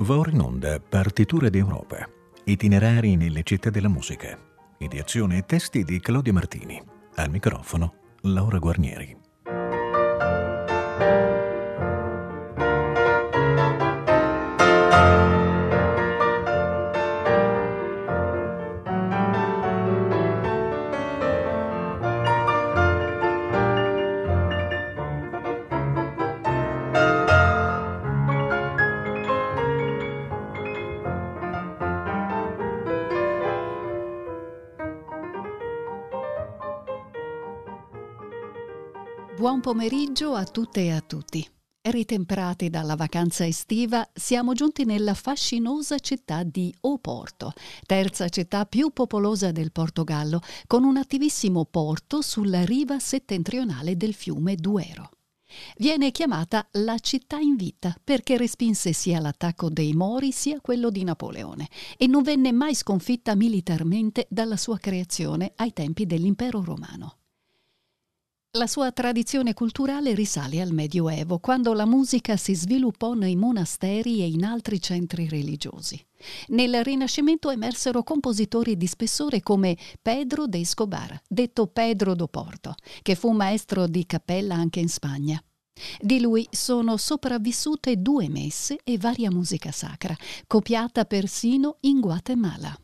Va ora in onda Partiture d'Europa, itinerari nelle città della musica. Ideazione e testi di Claudia Martini. Al microfono Laura Guarnieri. Buon pomeriggio a tutte e a tutti. Ritemprati dalla vacanza estiva, siamo giunti nella fascinosa città di Oporto, terza città più popolosa del Portogallo, con un attivissimo porto sulla riva settentrionale del fiume Duero. Viene chiamata la città in vita perché respinse sia l'attacco dei Mori sia quello di Napoleone e non venne mai sconfitta militarmente dalla sua creazione ai tempi dell'Impero Romano. La sua tradizione culturale risale al Medioevo, quando la musica si sviluppò nei monasteri e in altri centri religiosi. Nel Rinascimento emersero compositori di spessore come Pedro de Escobar, detto Pedro do Porto, che fu maestro di cappella anche in Spagna. Di lui sono sopravvissute 2 messe e varia musica sacra, copiata persino in Guatemala.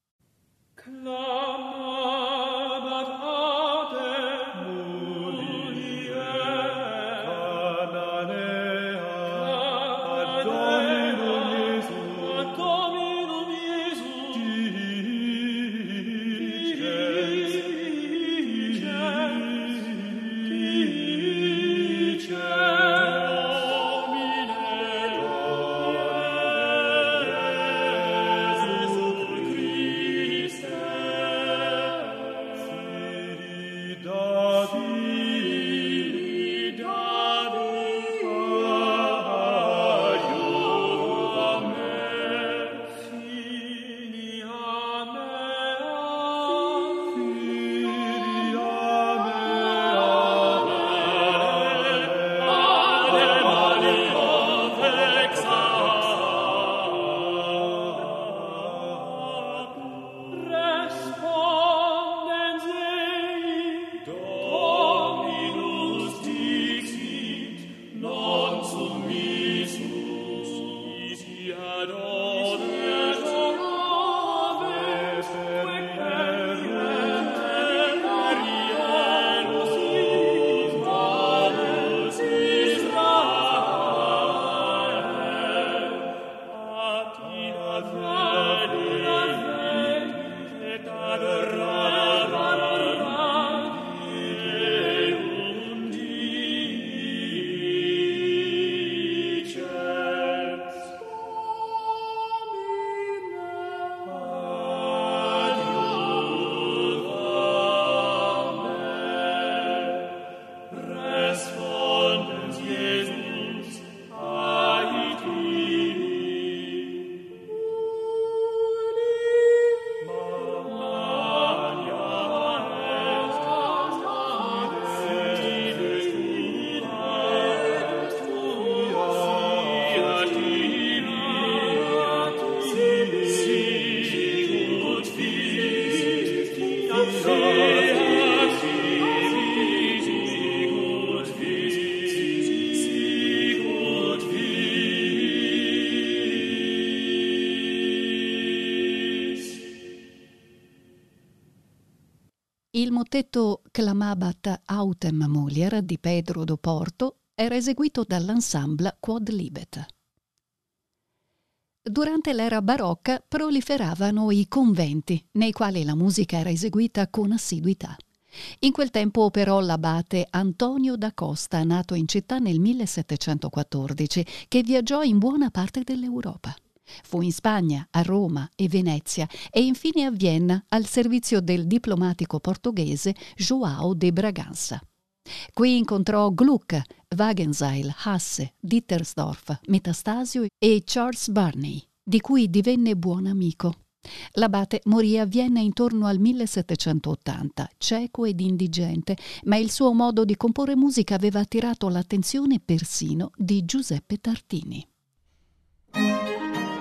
Il motetto Clamabat autem mulier di Pedro do Porto era eseguito dall'ensemble Quod Libet. Durante l'era barocca proliferavano i conventi, nei quali la musica era eseguita con assiduità. In quel tempo operò l'abate Antonio da Costa, nato in città nel 1714, che viaggiò in buona parte dell'Europa. Fu in Spagna, a Roma e Venezia e infine a Vienna al servizio del diplomatico portoghese João de Bragança. Qui incontrò Gluck, Wagenseil, Hasse, Dittersdorf, Metastasio e Charles Burney, di cui divenne buon amico. L'abate morì a Vienna intorno al 1780, cieco ed indigente, ma il suo modo di comporre musica aveva attirato l'attenzione persino di Giuseppe Tartini.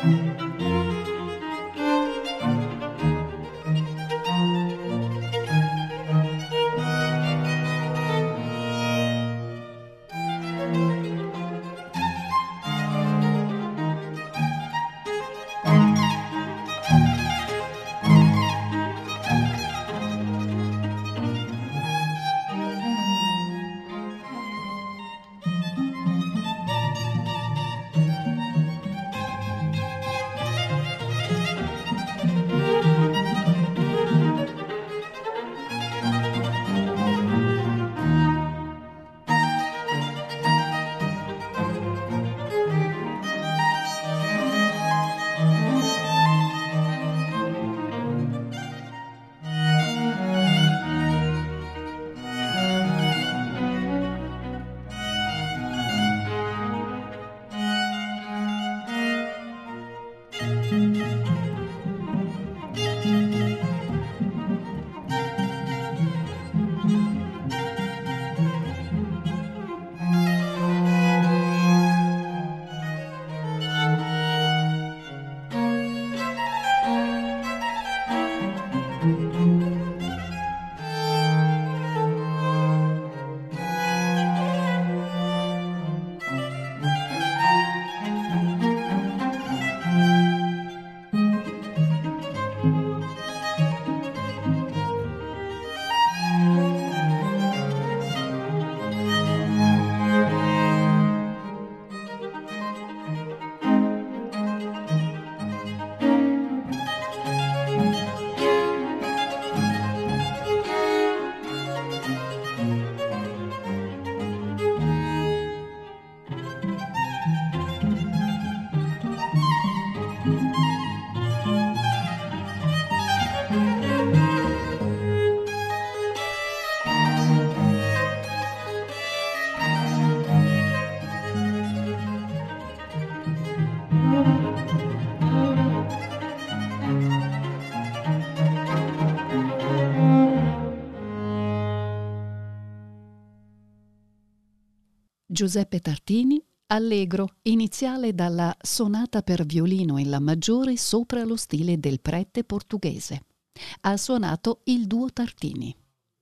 Giuseppe Tartini, Allegro, iniziale dalla sonata per violino in La maggiore sopra lo stile del prete portoghese. Ha suonato il duo Tartini.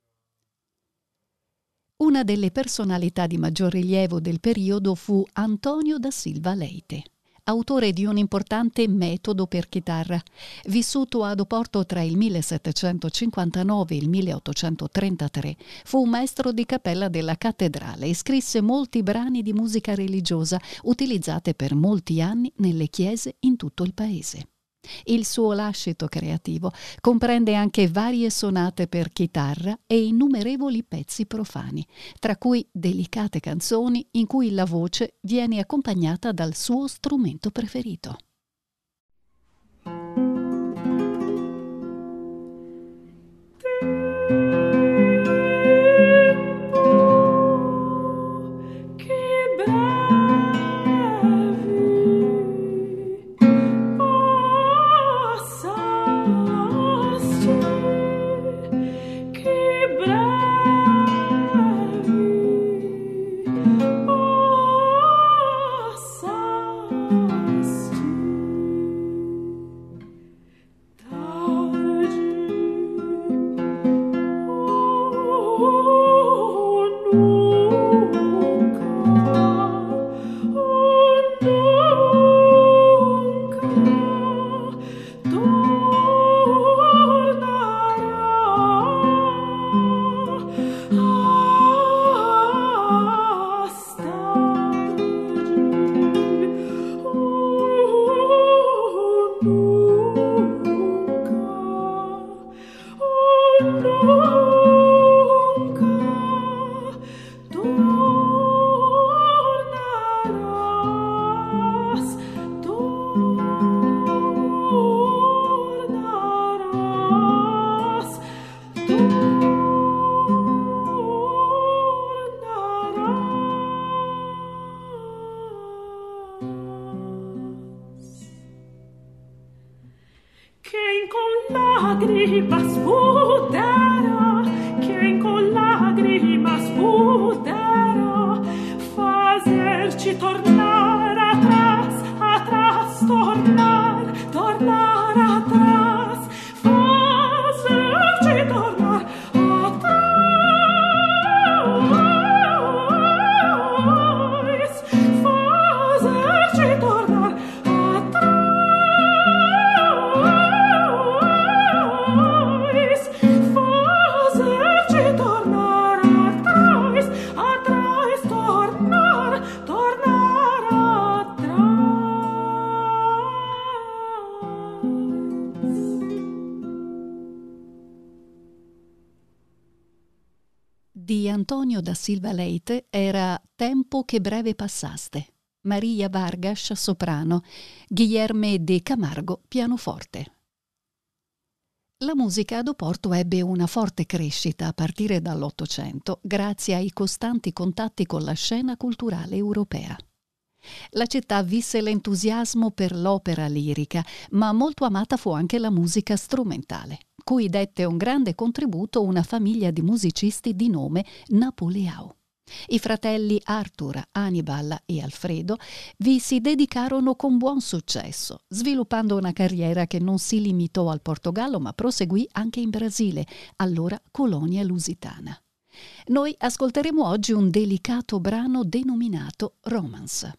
Una delle personalità di maggior rilievo del periodo fu Antonio da Silva Leite, autore di un importante metodo per chitarra, vissuto ad Oporto tra il 1759 e il 1833. Fu un maestro di cappella della cattedrale e scrisse molti brani di musica religiosa utilizzate per molti anni nelle chiese in tutto il paese. Il suo lascito creativo comprende anche varie sonate per chitarra e innumerevoli pezzi profani, tra cui delicate canzoni in cui la voce viene accompagnata dal suo strumento preferito. Tornare atrás, tornare Di Antonio da Silva Leite era Tempo che breve passaste, Maria Vargas soprano, Guilherme de Camargo pianoforte. La musica ad Oporto ebbe una forte crescita a partire dall'Ottocento grazie ai costanti contatti con la scena culturale europea. La città visse l'entusiasmo per l'opera lirica, ma molto amata fu anche la musica strumentale, cui dette un grande contributo una famiglia di musicisti di nome Napoleão. I fratelli Arthur, Hannibal e Alfredo vi si dedicarono con buon successo, sviluppando una carriera che non si limitò al Portogallo ma proseguì anche in Brasile, allora colonia lusitana. Noi ascolteremo oggi un delicato brano denominato Romance.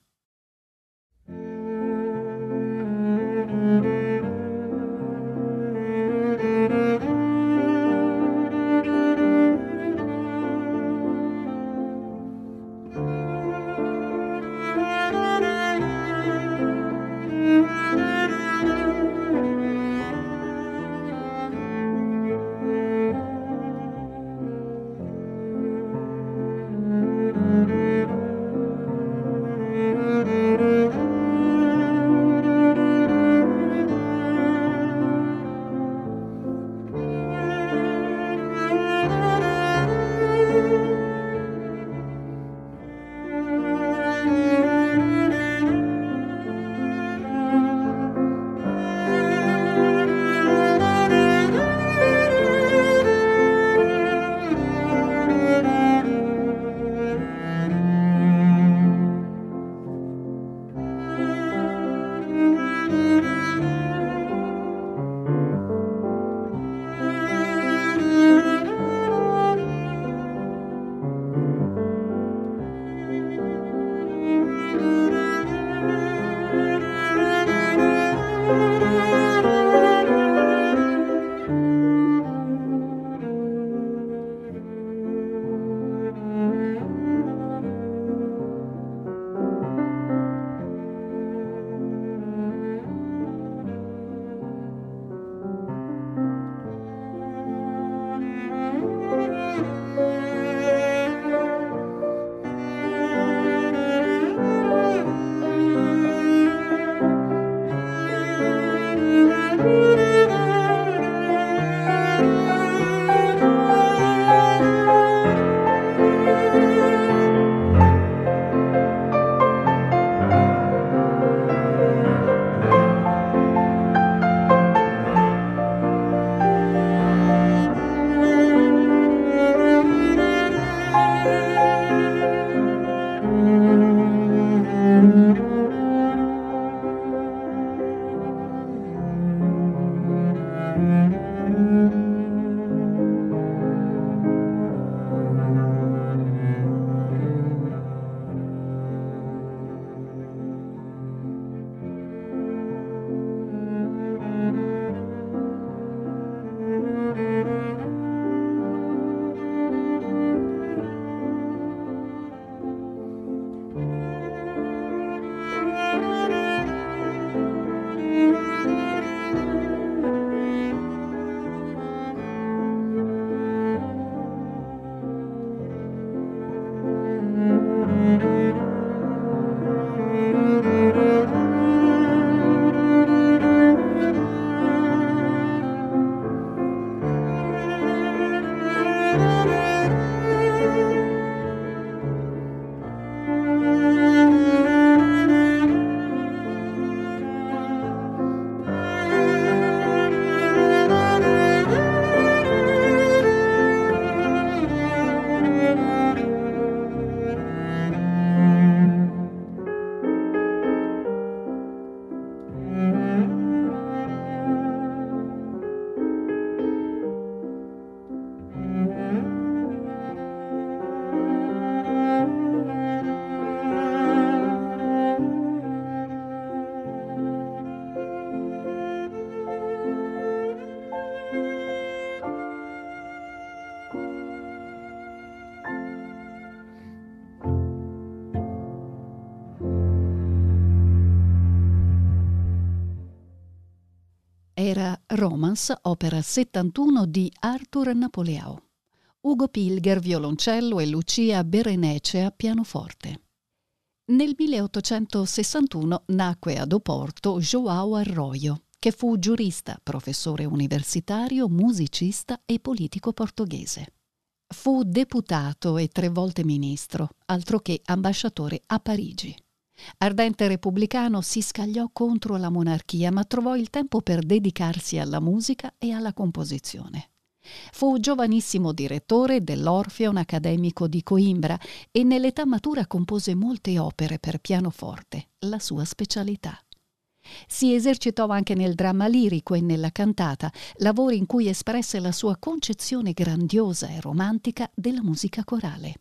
Era Romance, opera 71 di Arthur Napoleão. Ugo Pilger violoncello e Lucia Berenece a pianoforte. Nel 1861 nacque ad Oporto João Arroio, che fu giurista, professore universitario, musicista e politico portoghese. Fu deputato e 3 volte ministro, altro che ambasciatore a Parigi. Ardente repubblicano, si scagliò contro la monarchia, ma trovò il tempo per dedicarsi alla musica e alla composizione. Fu giovanissimo direttore dell'Orpheon Accademico di Coimbra e nell'età matura compose molte opere per pianoforte, la sua specialità. Si esercitò anche nel dramma lirico e nella cantata, lavori in cui espresse la sua concezione grandiosa e romantica della musica corale.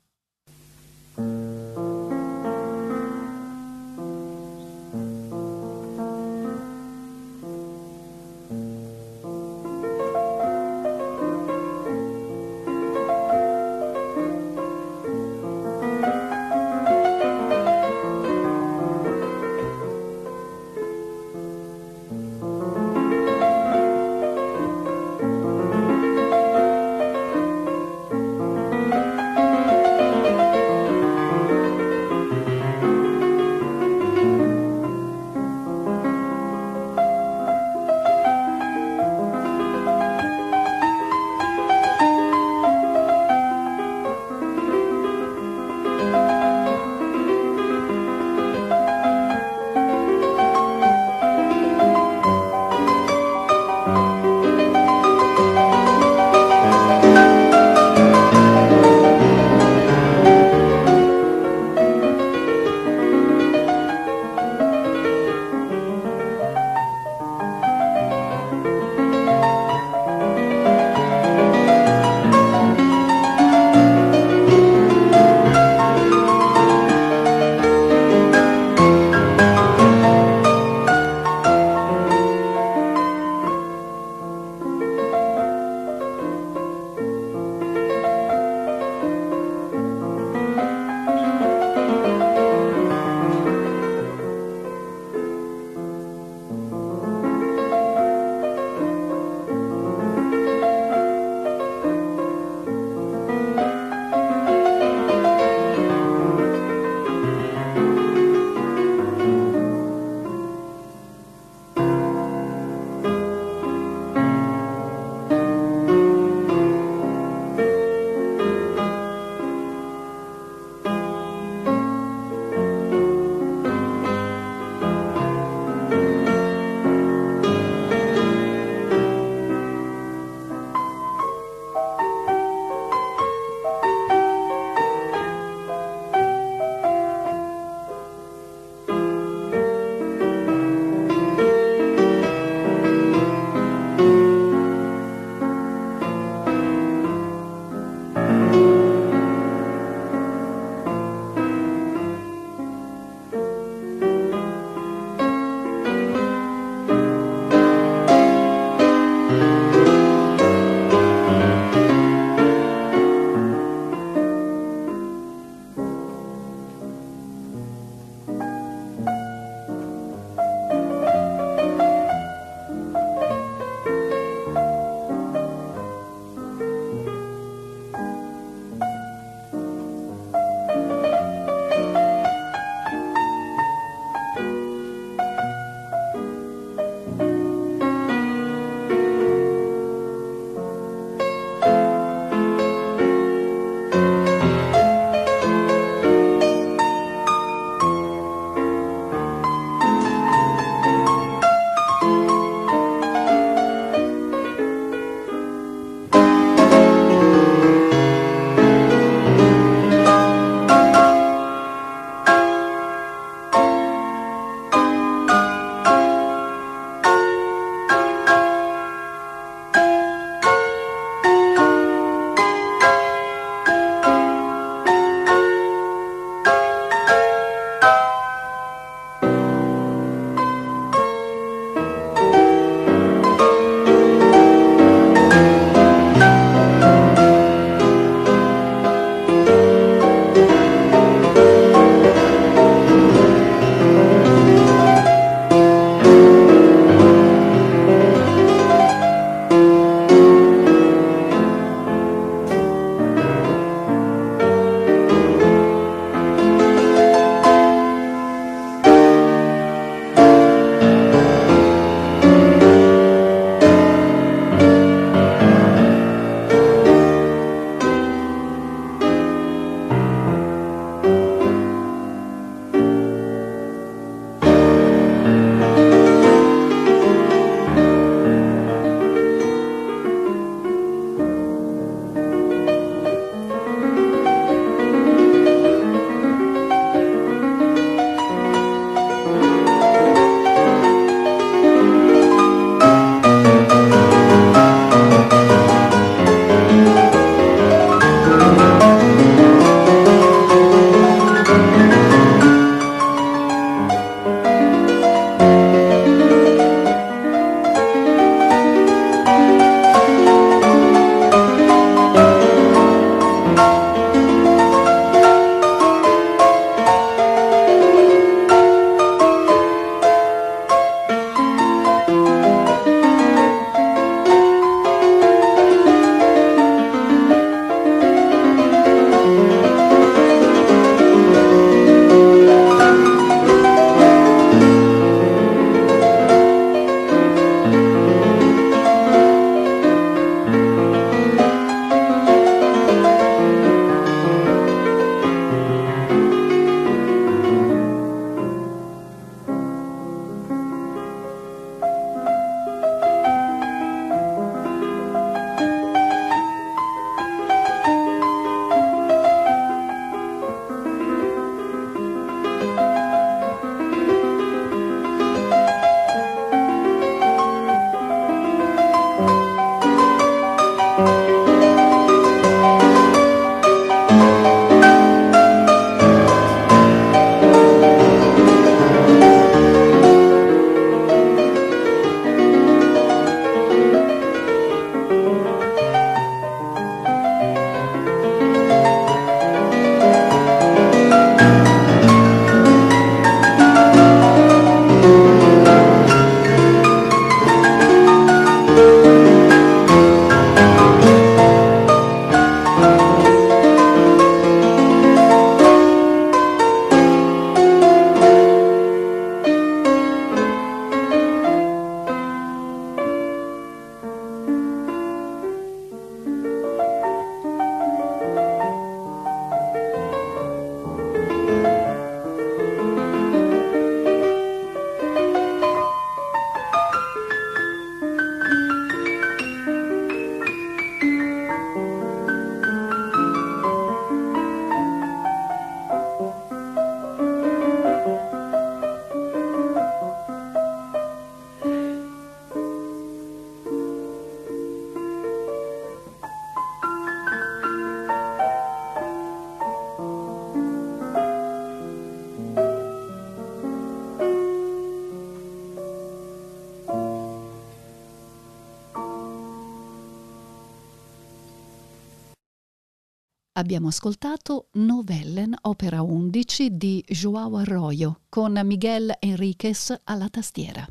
Abbiamo ascoltato Novellen, opera 11 di João Arroyo, con Miguel Enríquez alla tastiera.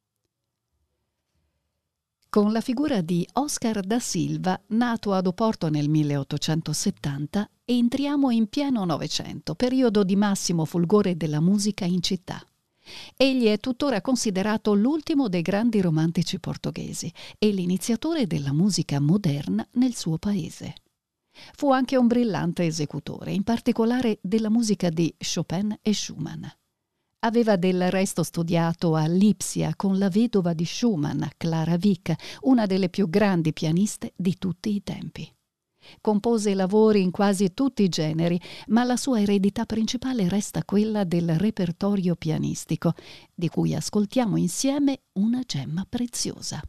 Con la figura di Oscar da Silva, nato ad Oporto nel 1870, entriamo in pieno Novecento, periodo di massimo fulgore della musica in città. Egli è tuttora considerato l'ultimo dei grandi romantici portoghesi e l'iniziatore della musica moderna nel suo paese. Fu anche un brillante esecutore, in particolare della musica di Chopin e Schumann. Aveva del resto studiato a Lipsia con la vedova di Schumann, Clara Wieck, una delle più grandi pianiste di tutti i tempi. Compose lavori in quasi tutti i generi, ma la sua eredità principale resta quella del repertorio pianistico, di cui ascoltiamo insieme una gemma preziosa.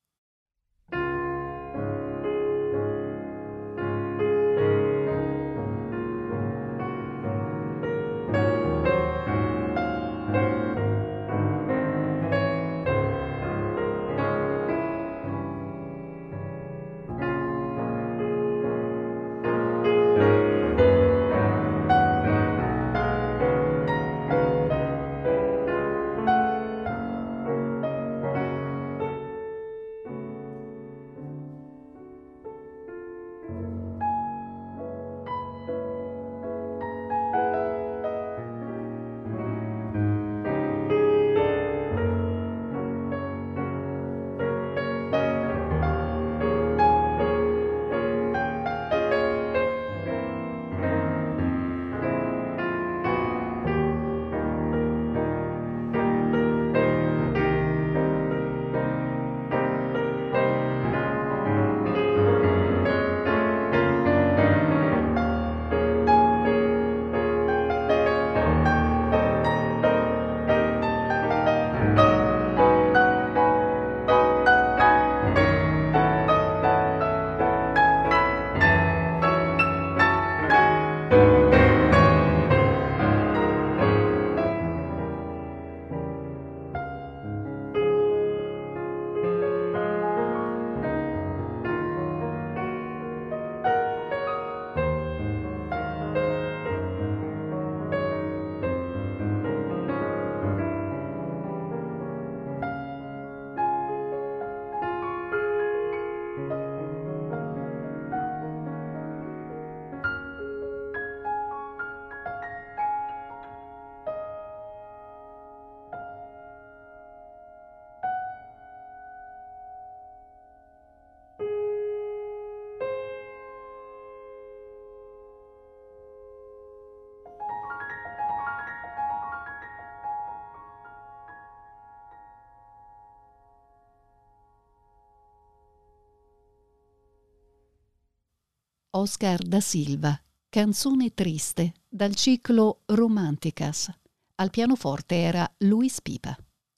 Oscar da Silva, Canzone triste, dal ciclo Románticas. Al pianoforte era Luis Pipa.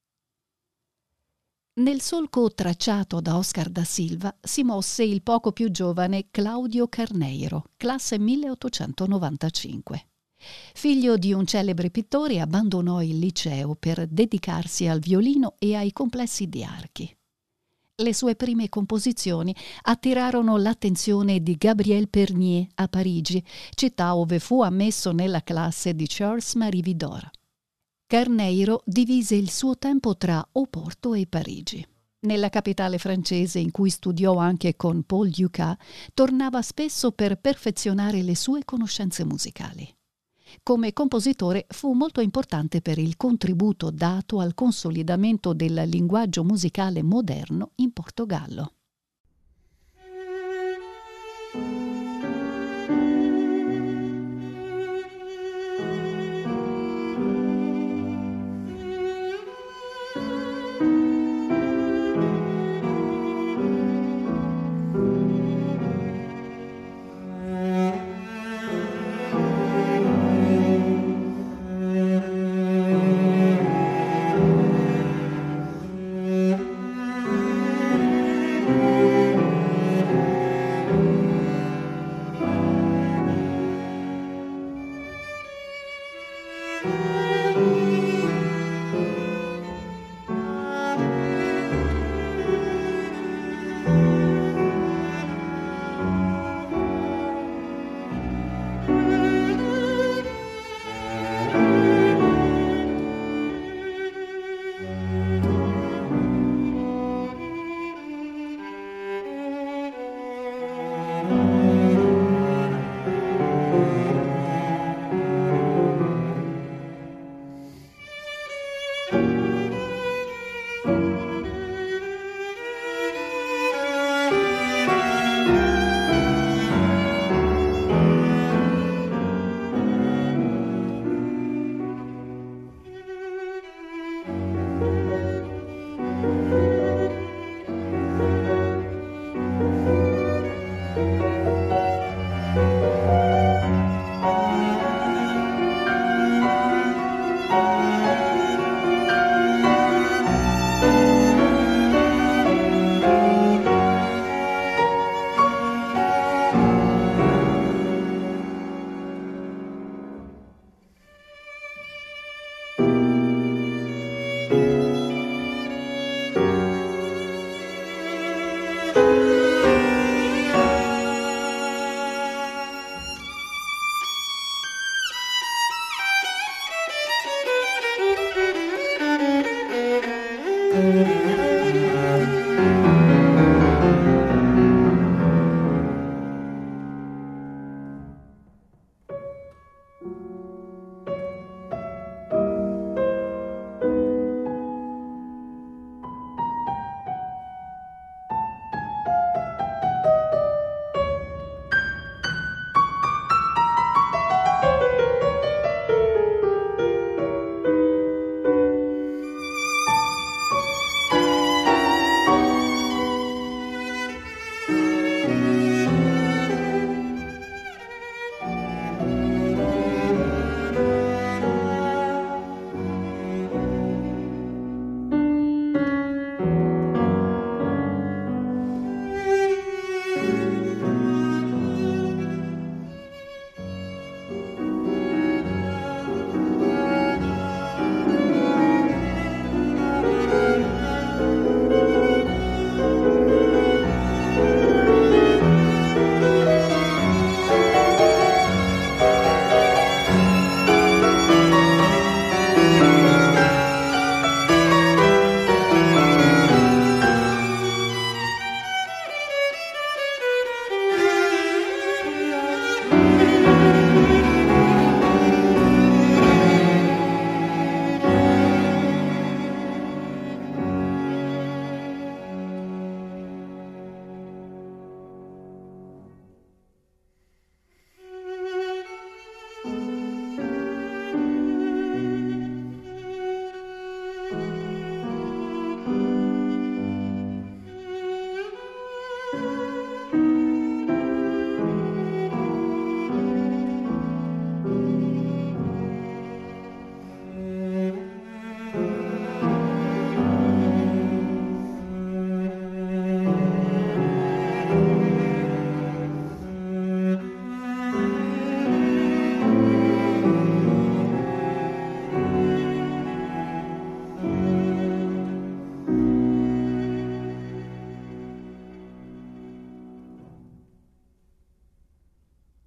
Nel solco tracciato da Oscar da Silva si mosse il poco più giovane Claudio Carneiro, classe 1895. Figlio di un celebre pittore, abbandonò il liceo per dedicarsi al violino e ai complessi di archi. Le sue prime composizioni attirarono l'attenzione di Gabriel Pernier a Parigi, città ove fu ammesso nella classe di Charles-Marie Widor. Carneiro divise il suo tempo tra Oporto e Parigi. Nella capitale francese, in cui studiò anche con Paul Dukas, tornava spesso per perfezionare le sue conoscenze musicali. Come compositore fu molto importante per il contributo dato al consolidamento del linguaggio musicale moderno in Portogallo.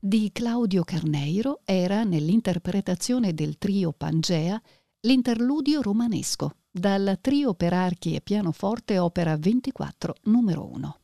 Di Claudio Carneiro era, nell'interpretazione del trio Pangea, l'interludio romanesco, dal trio per archi e pianoforte opera 24 numero 1.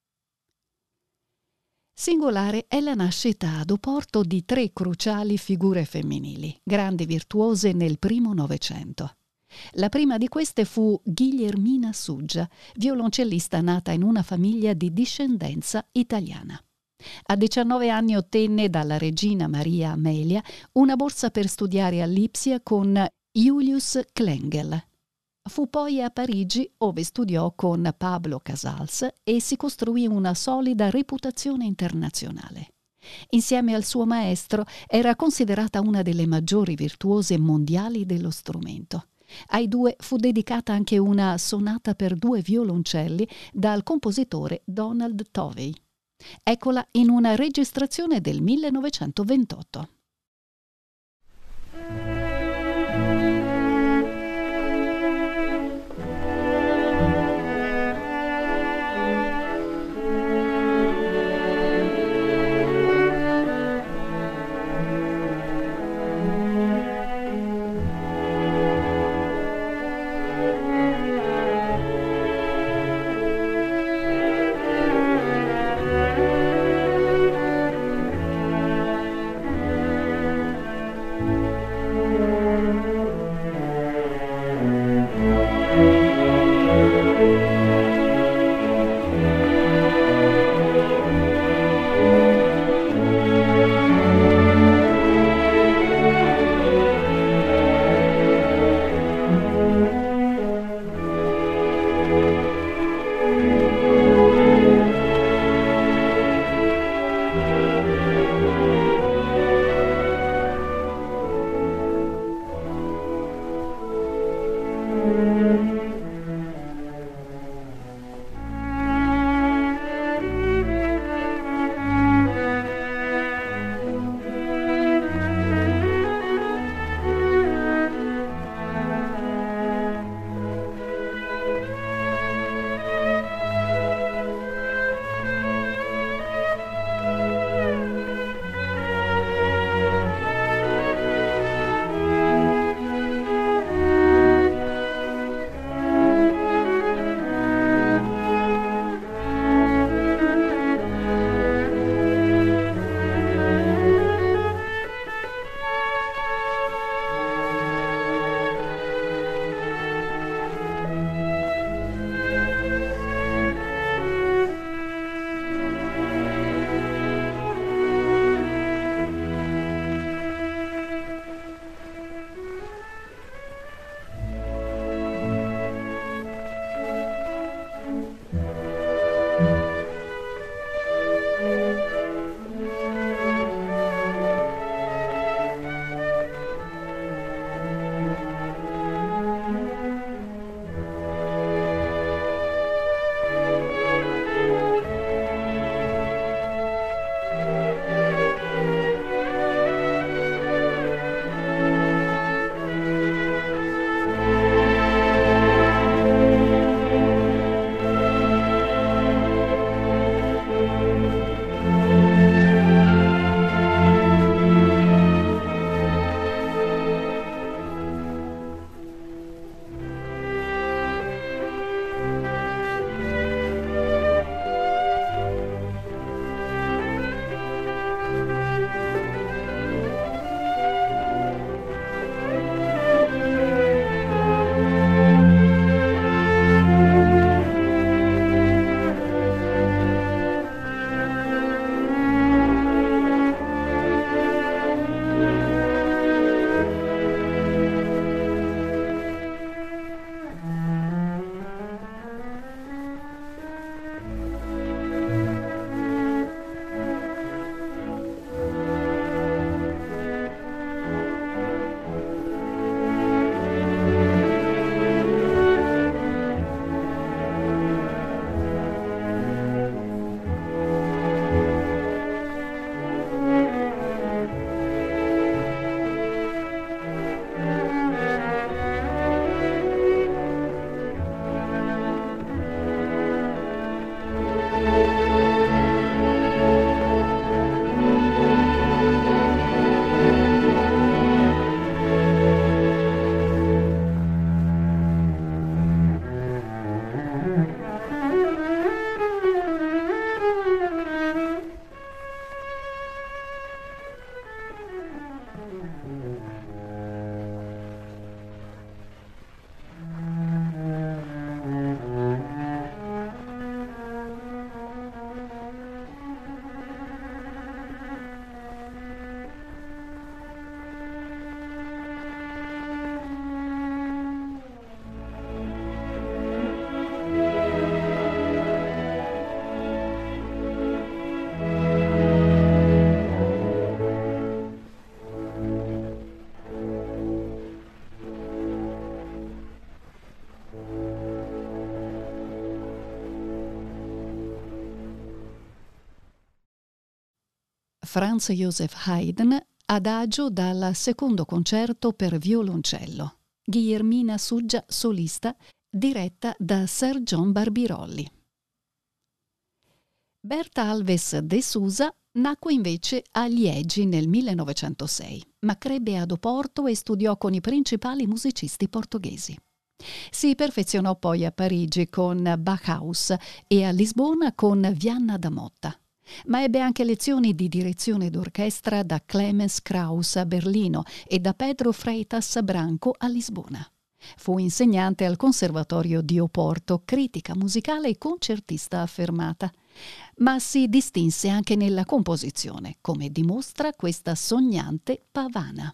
Singolare è la nascita ad Oporto di 3 cruciali figure femminili, grandi virtuose nel primo Novecento. La prima di queste fu Guglielmina Suggia, violoncellista nata in una famiglia di discendenza italiana. A 19 anni ottenne dalla regina Maria Amelia una borsa per studiare a Lipsia con Julius Klengel. Fu poi a Parigi, ove studiò con Pablo Casals e si costruì una solida reputazione internazionale. Insieme al suo maestro era considerata una delle maggiori virtuose mondiali dello strumento. Ai due fu dedicata anche una sonata per 2 violoncelli dal compositore Donald Tovey. Eccola in una registrazione del 1928. Franz Joseph Haydn, adagio dal secondo concerto per violoncello. Guillermina Suggia solista, diretta da Sir John Barbirolli. Berta Alves de Souza nacque invece a Liegi nel 1906, ma crebbe ad Oporto e studiò con i principali musicisti portoghesi. Si perfezionò poi a Parigi con Bachhaus e a Lisbona con Vianna da Motta, ma ebbe anche lezioni di direzione d'orchestra da Clemens Krauss a Berlino e da Pedro Freitas Branco a Lisbona. Fu insegnante al Conservatorio di Oporto, critica musicale e concertista affermata, ma si distinse anche nella composizione, come dimostra questa sognante pavana.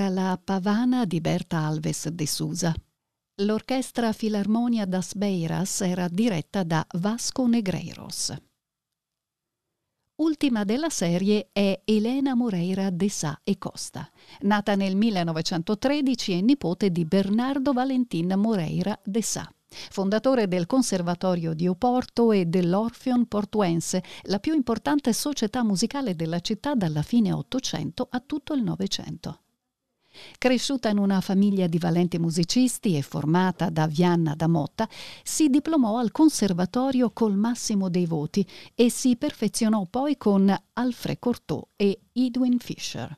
era la Pavana di Berta Alves de Souza. L'Orchestra Filarmonia das Beiras era diretta da Vasco Negreiros. Ultima della serie è Elena Moreira de Sá e Costa, nata nel 1913 e nipote di Bernardo Valentin Moreira de Sá, fondatore del Conservatorio di Oporto e dell'Orfeon Portuense, la più importante società musicale della città dalla fine Ottocento a tutto il Novecento. Cresciuta in una famiglia di valenti musicisti e formata da Vianna da Motta, si diplomò al conservatorio col massimo dei voti e si perfezionò poi con Alfred Cortot e Edwin Fischer.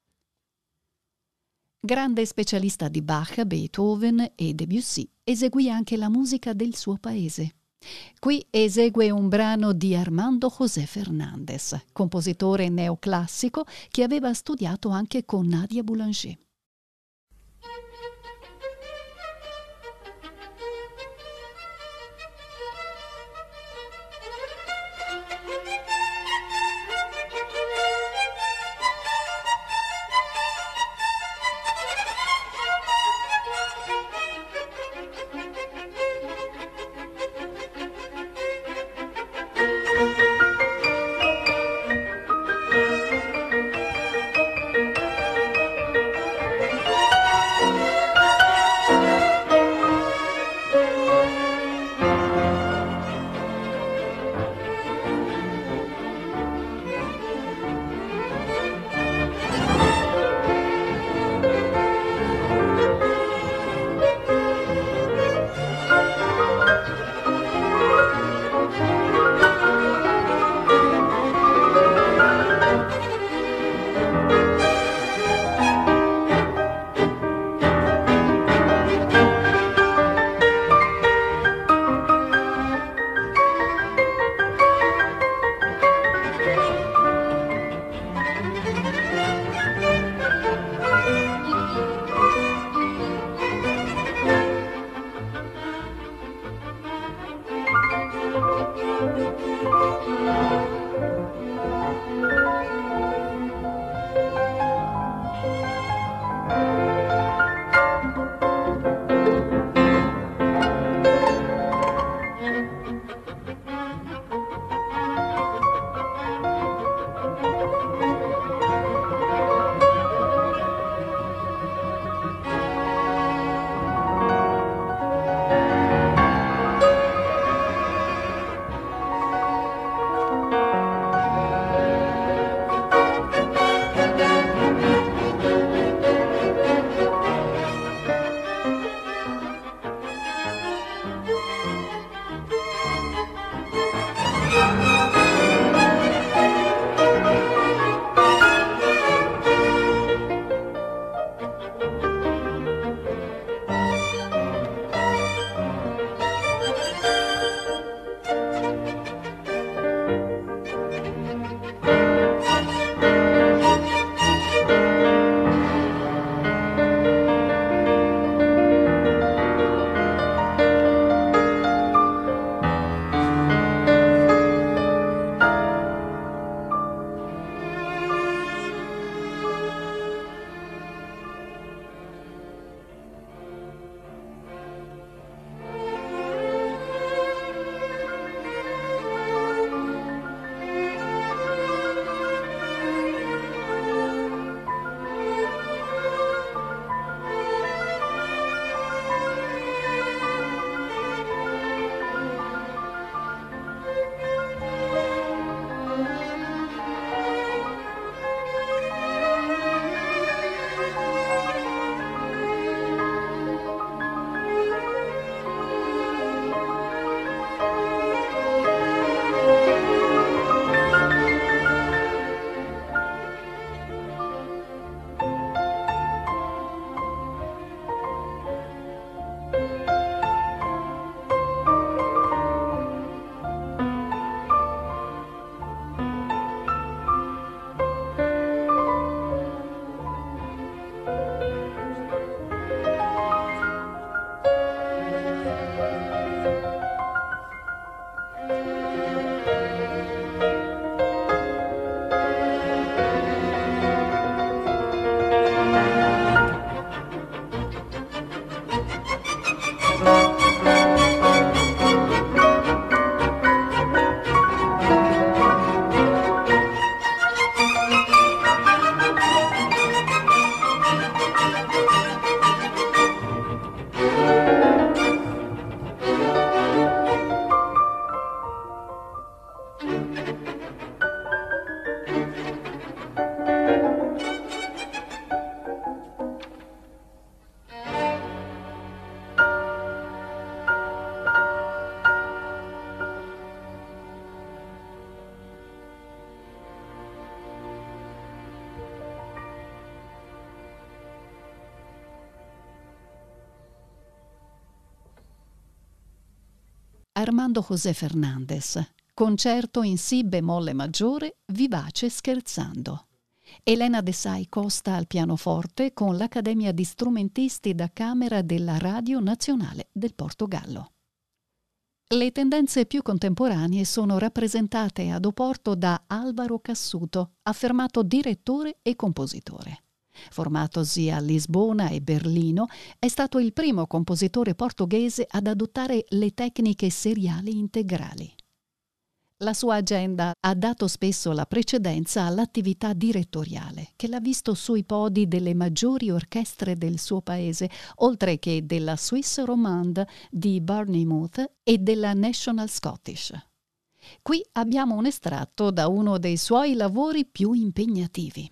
Grande specialista di Bach, Beethoven e Debussy, eseguì anche la musica del suo paese. Qui esegue un brano di Armando José Fernández, compositore neoclassico che aveva studiato anche con Nadia Boulanger. Armando José Fernández, concerto in si bemolle maggiore, vivace scherzando. Elena De Sai Costa al pianoforte con l'Accademia di Strumentisti da Camera della Radio Nazionale del Portogallo. Le tendenze più contemporanee sono rappresentate ad Oporto da Álvaro Cassuto, affermato direttore e compositore. Formatosi a Lisbona e Berlino, è stato il primo compositore portoghese ad adottare le tecniche seriali integrali. La sua agenda ha dato spesso la precedenza all'attività direttoriale, che l'ha visto sui podi delle maggiori orchestre del suo paese, oltre che della Swiss Romande di Bournemouth e della National Scottish. Qui abbiamo un estratto da uno dei suoi lavori più impegnativi.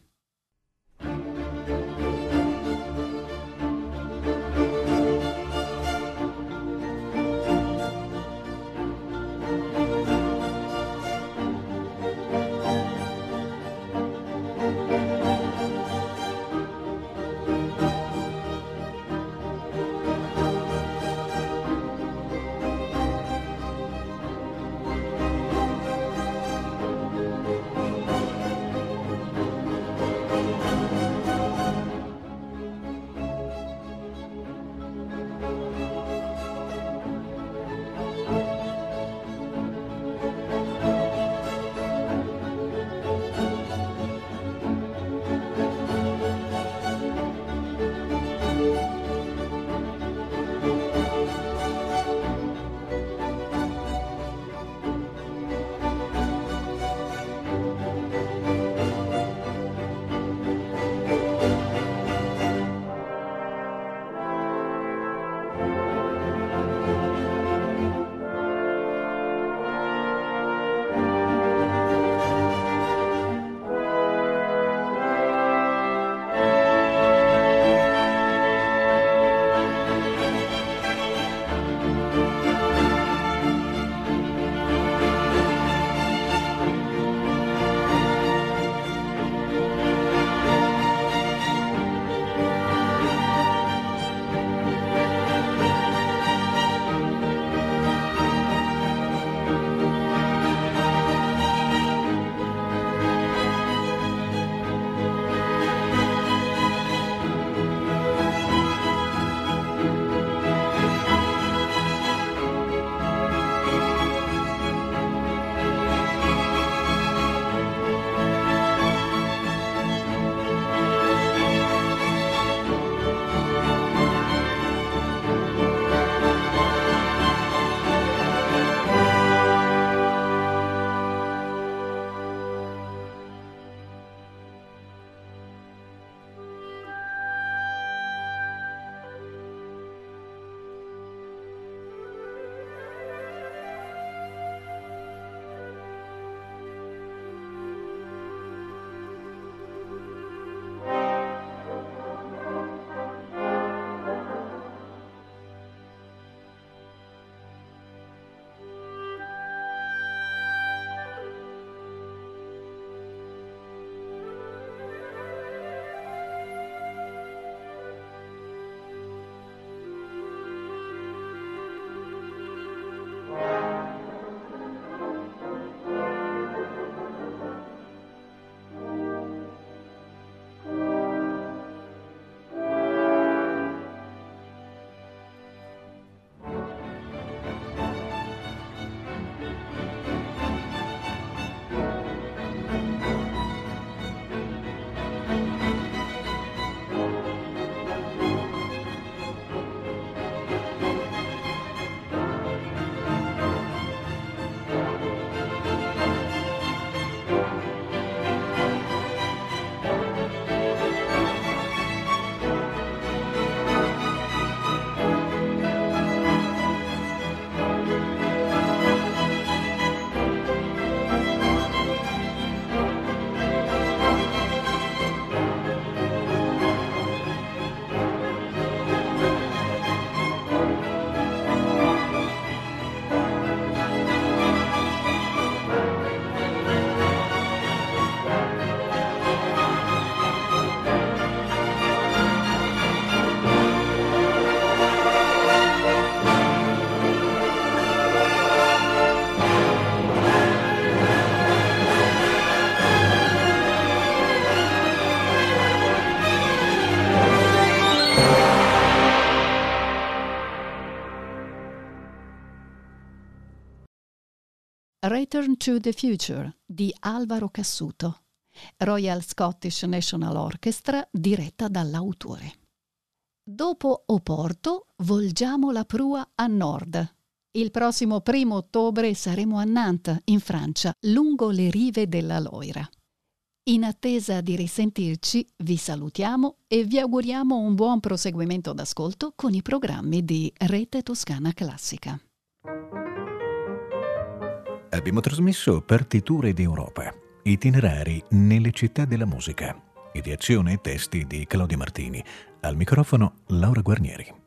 Return to the Future di Alvaro Cassuto, Royal Scottish National Orchestra diretta dall'autore. Dopo Oporto volgiamo la prua a nord. Il prossimo 1° ottobre saremo a Nantes, in Francia, lungo le rive della Loira. In attesa di risentirci, vi salutiamo e vi auguriamo un buon proseguimento d'ascolto con i programmi di Rete Toscana Classica. Abbiamo trasmesso Partiture d'Europa, itinerari nelle città della musica. Ideazione e testi di Claudia Martini. Al microfono Laura Guarnieri.